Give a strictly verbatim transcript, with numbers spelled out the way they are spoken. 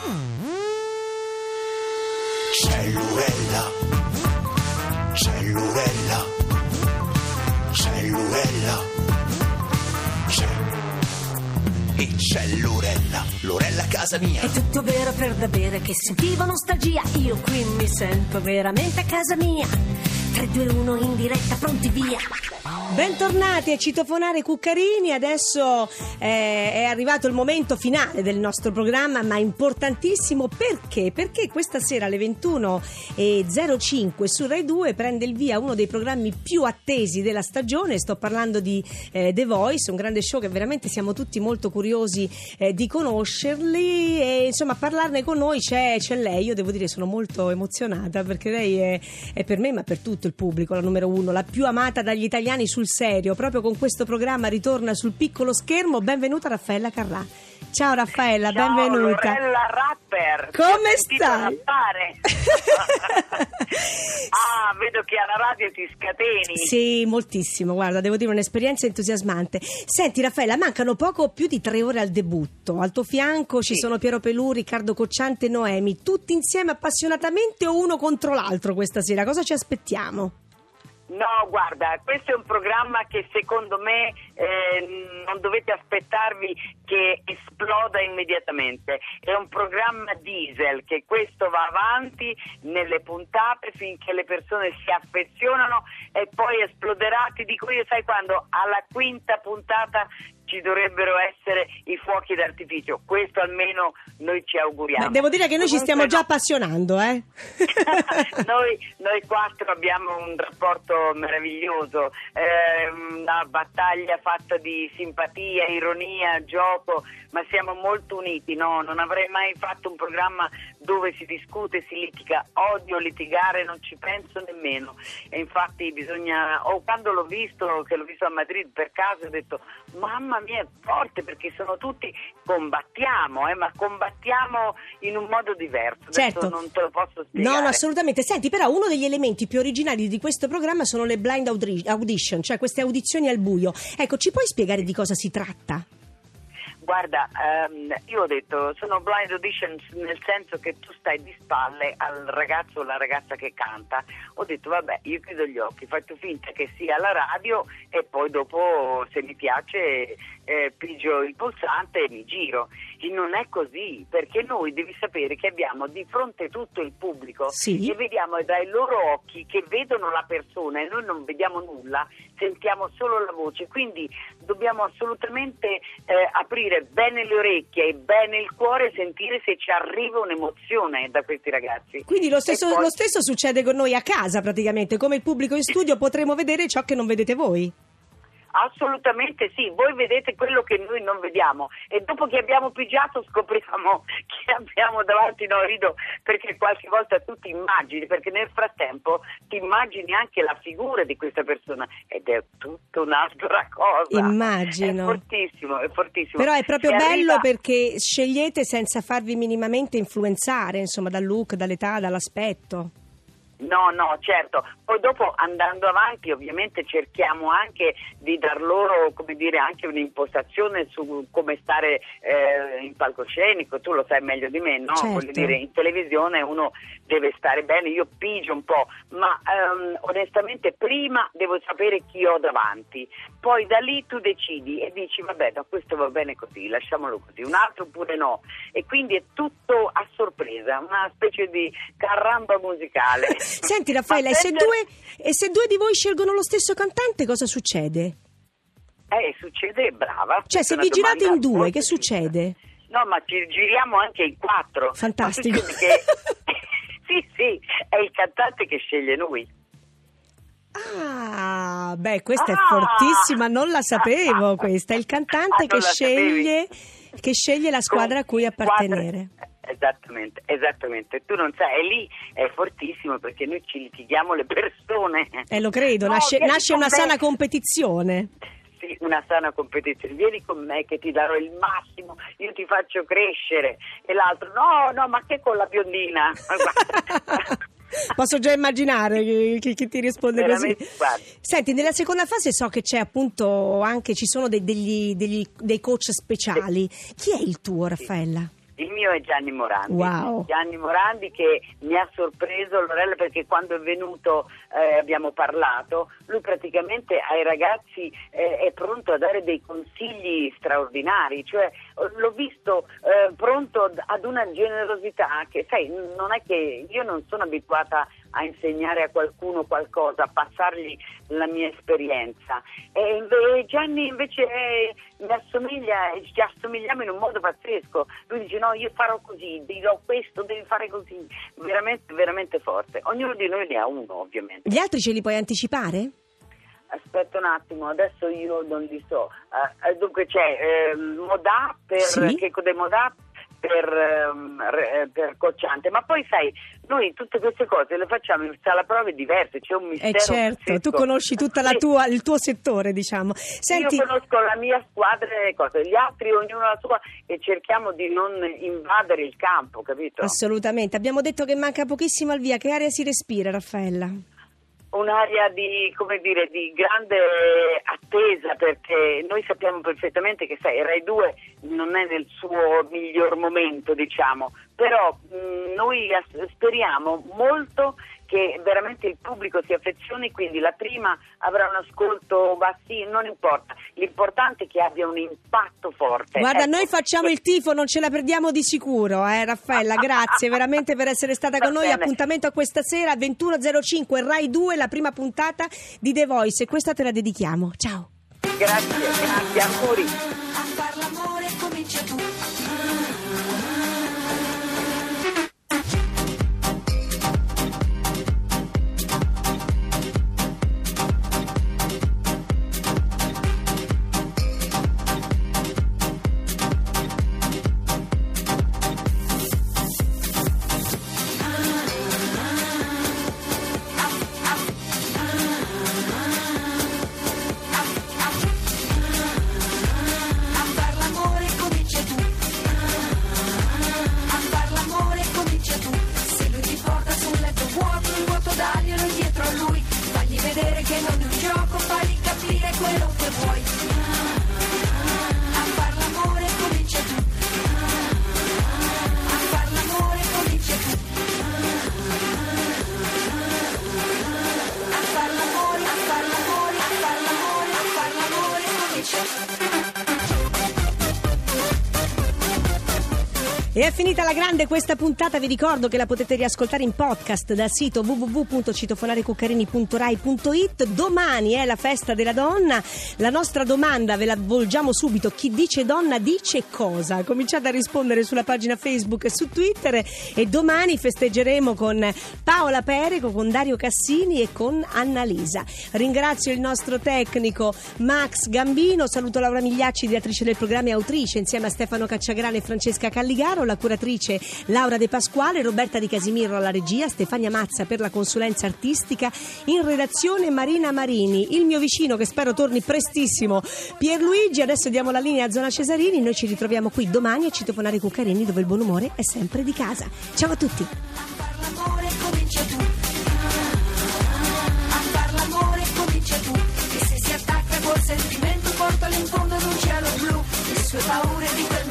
Cellurella, cellurella, cellurella, c'è il cellurella, l'orella a casa mia. È tutto vero per da bere che sentivo nostalgia, io qui mi sento veramente a casa mia. tre, due, uno in diretta, pronti via. Bentornati a Citofonare Cuccarini. Adesso eh, è arrivato il momento finale del nostro programma, ma importantissimo. Perché? Perché questa sera alle ventuno e zero cinque su Rai due prende il via uno dei programmi più attesi della stagione. Sto parlando di eh, The Voice, un grande show che veramente siamo tutti molto curiosi eh, di conoscerli, e insomma a parlarne con noi c'è, c'è lei. Io devo dire sono molto emozionata perché lei è, è per me, ma per tutto il pubblico, la numero uno, la più amata dagli italiani sul serio. Proprio con questo programma ritorna sul piccolo schermo. Benvenuta Raffaella Carrà. Ciao Raffaella, ciao, benvenuta. Lorella Rapper. Come stai? Ah, vedo che alla radio ti scateni. Sì, moltissimo, guarda, devo dire un'esperienza entusiasmante. Senti Raffaella, mancano poco più di tre ore al debutto. Al tuo fianco ci sì. sono Piero Pelù, Riccardo Cocciante e Noemi, tutti insieme appassionatamente o uno contro l'altro questa sera? Cosa ci aspettiamo? No, guarda, questo è un programma che secondo me eh, non dovete aspettarvi che esploda immediatamente. È un programma diesel, che questo va avanti nelle puntate finché le persone si affezionano e poi esploderà. Ti dico io, sai quando? Alla quinta puntata ci dovrebbero essere i fuochi d'artificio. Questo almeno noi ci auguriamo. Beh, devo dire che noi Comunque ci stiamo no. già appassionando, eh? noi, noi quattro abbiamo un rapporto meraviglioso, eh, una battaglia fatta di simpatia, ironia, gioco, ma siamo molto uniti, no? Non avrei mai fatto un programma dove si discute, si litiga. Odio litigare, non ci penso nemmeno. E infatti bisogna, o oh, quando l'ho visto, che l'ho visto a Madrid per caso, ho detto mamma mia, è forte, perché sono tutti, combattiamo, eh, ma combattiamo in un modo diverso. Certo. Adesso non te lo posso spiegare. No, no, assolutamente. Senti, però uno degli elementi più originali di questo programma sono le blind audition, cioè queste audizioni al buio. Ecco, ci puoi spiegare di cosa si tratta? Guarda, um, io ho detto, sono blind auditions nel senso che tu stai di spalle al ragazzo o alla ragazza che canta. Ho detto, vabbè, io chiudo gli occhi, faccio finta che sia la radio e poi dopo, se mi piace, eh, pigio il pulsante e mi giro. E non è così, perché noi devi sapere che abbiamo di fronte tutto il pubblico, sì. e vediamo dai loro occhi che vedono la persona e noi non vediamo nulla, sentiamo solo la voce, quindi dobbiamo assolutamente eh, aprire bene le orecchie e bene il cuore e sentire se ci arriva un'emozione da questi ragazzi. Quindi lo stesso, poi... lo stesso succede con noi a casa praticamente, come il pubblico in studio potremo vedere ciò che non vedete voi. Assolutamente sì, voi vedete quello che noi non vediamo e dopo che abbiamo pigiato scopriamo che abbiamo davanti, no, rido perché qualche volta tu ti immagini, perché nel frattempo ti immagini anche la figura di questa persona ed è tutta un'altra cosa. Immagino. È fortissimo, è fortissimo. Però è proprio Se bello arriva... perché scegliete senza farvi minimamente influenzare, insomma, dal look, dall'età, dall'aspetto. No, no, certo. Poi dopo, andando avanti, ovviamente cerchiamo anche di dar loro, come dire, anche un'impostazione su come stare eh, in palcoscenico. Tu lo sai meglio di me, no? Certo. Voglio dire, in televisione uno deve stare bene, io pigio un po', ma ehm, onestamente prima devo sapere chi ho davanti. Poi da lì tu decidi e dici, vabbè, no, questo va bene così, lasciamolo così, un altro oppure no. E quindi è tutto a sorpresa, una specie di caramba musicale. Senti Raffaella, e se, due, e se due di voi scelgono lo stesso cantante, cosa succede? Eh, succede, brava. Cioè, se vi girate in due, che succede? No, ma ci giriamo anche in quattro. Fantastico. Che... sì, sì, è il cantante che sceglie lui. Ah, beh, questa ah! è fortissima, non la sapevo questa. È il cantante ah, che sceglie, che sceglie la squadra a cui appartenere. Squadra... Esattamente, esattamente. Tu non sai, e lì è fortissimo perché noi ci litighiamo le persone. Eh, lo credo, no, nasce, nasce una me. sana competizione. Sì, una sana competizione. Vieni con me che ti darò il massimo, io ti faccio crescere. E l'altro, no, no, ma che con la biondina? Posso già immaginare chi, chi, chi ti risponde veramente, così. Guarda. Senti, nella seconda fase so che c'è appunto anche, ci sono dei, degli, degli, dei coach speciali. Chi è il tuo, Raffaella? Il mio è Gianni Morandi. Wow. Gianni Morandi che mi ha sorpreso, Lorella, perché quando è venuto eh, abbiamo parlato, lui praticamente ai ragazzi eh, è pronto a dare dei consigli straordinari, cioè l'ho visto eh, pronto ad una generosità che, sai, non è che io non sono abituata a insegnare a qualcuno qualcosa, a passargli la mia esperienza, e inve- Gianni invece è, mi assomiglia, ci assomigliamo in un modo pazzesco. Lui dice no, io farò così, dirò questo, devi fare così, veramente veramente forte. Ognuno di noi ne ha uno, ovviamente. Gli altri ce li puoi anticipare? Aspetta un attimo, adesso io non li so. Uh, dunque c'è eh, Modà per Sì. Checco de Modà per, um, re, per Cocciante, ma poi sai, noi tutte queste cose le facciamo in sala prove diverse, c'è un mistero. Eh certo, pazzesco. tu conosci tutta la Sì. tua, il tuo settore, diciamo. Senti, Io conosco la mia squadra e le cose, gli altri ognuno la sua, e cerchiamo di non invadere il campo, capito? assolutamente, abbiamo detto che manca pochissimo al via, che aria si respira, Raffaella? Un'area di, come dire, di grande attesa, perché noi sappiamo perfettamente che, sai, Rai due non è nel suo miglior momento, diciamo, però mh, noi as- speriamo molto che veramente il pubblico si affezioni, quindi la prima avrà un ascolto, ma sì, non importa, l'importante è che abbia un impatto forte. Guarda, Ecco. noi facciamo il tifo, non ce la perdiamo di sicuro, eh Raffaella, grazie veramente per essere stata Va con noi. bene. Appuntamento a questa sera ventuno e zero cinque Rai due, la prima puntata di The Voice, e questa te la dedichiamo. Ciao. Grazie, grazie, auguri. A far l'amore comincia tu. Che non è un gioco, fagli capire quello che vuoi. A far l'amore comincia tu. A far l'amore comincia tu. A far l'amore, a far l'amore, a far l'amore, a far l'amore comincia tu. E è finita la grande questa puntata, vi ricordo che la potete riascoltare in podcast dal sito w w w punto citofonarecuccarini punto rai punto it. Domani è la festa della donna, la nostra domanda ve la volgiamo subito: chi dice donna dice cosa? Cominciate a rispondere sulla pagina Facebook e su Twitter, e domani festeggeremo con Paola Perico, con Dario Cassini e con Annalisa. Ringrazio il nostro tecnico Max Gambino, saluto Laura Migliacci, direttrice del programma e autrice, insieme a Stefano Cacciagrane e Francesca Calligaro, la curatrice Laura De Pasquale, Roberta Di Casimiro alla regia, Stefania Mazza per la consulenza artistica, in redazione Marina Marini, il mio vicino che spero torni prestissimo Pierluigi. Adesso diamo la linea a Zona Cesarini, noi ci ritroviamo qui domani a Citofonare Cuccarini, dove il buon umore è sempre di casa. Ciao a tutti. A far l'amore comincia tu. A far l'amore comincia tu. E se si attacca col sentimento portalo in fondo ad un cielo blu. Le sue paure di quel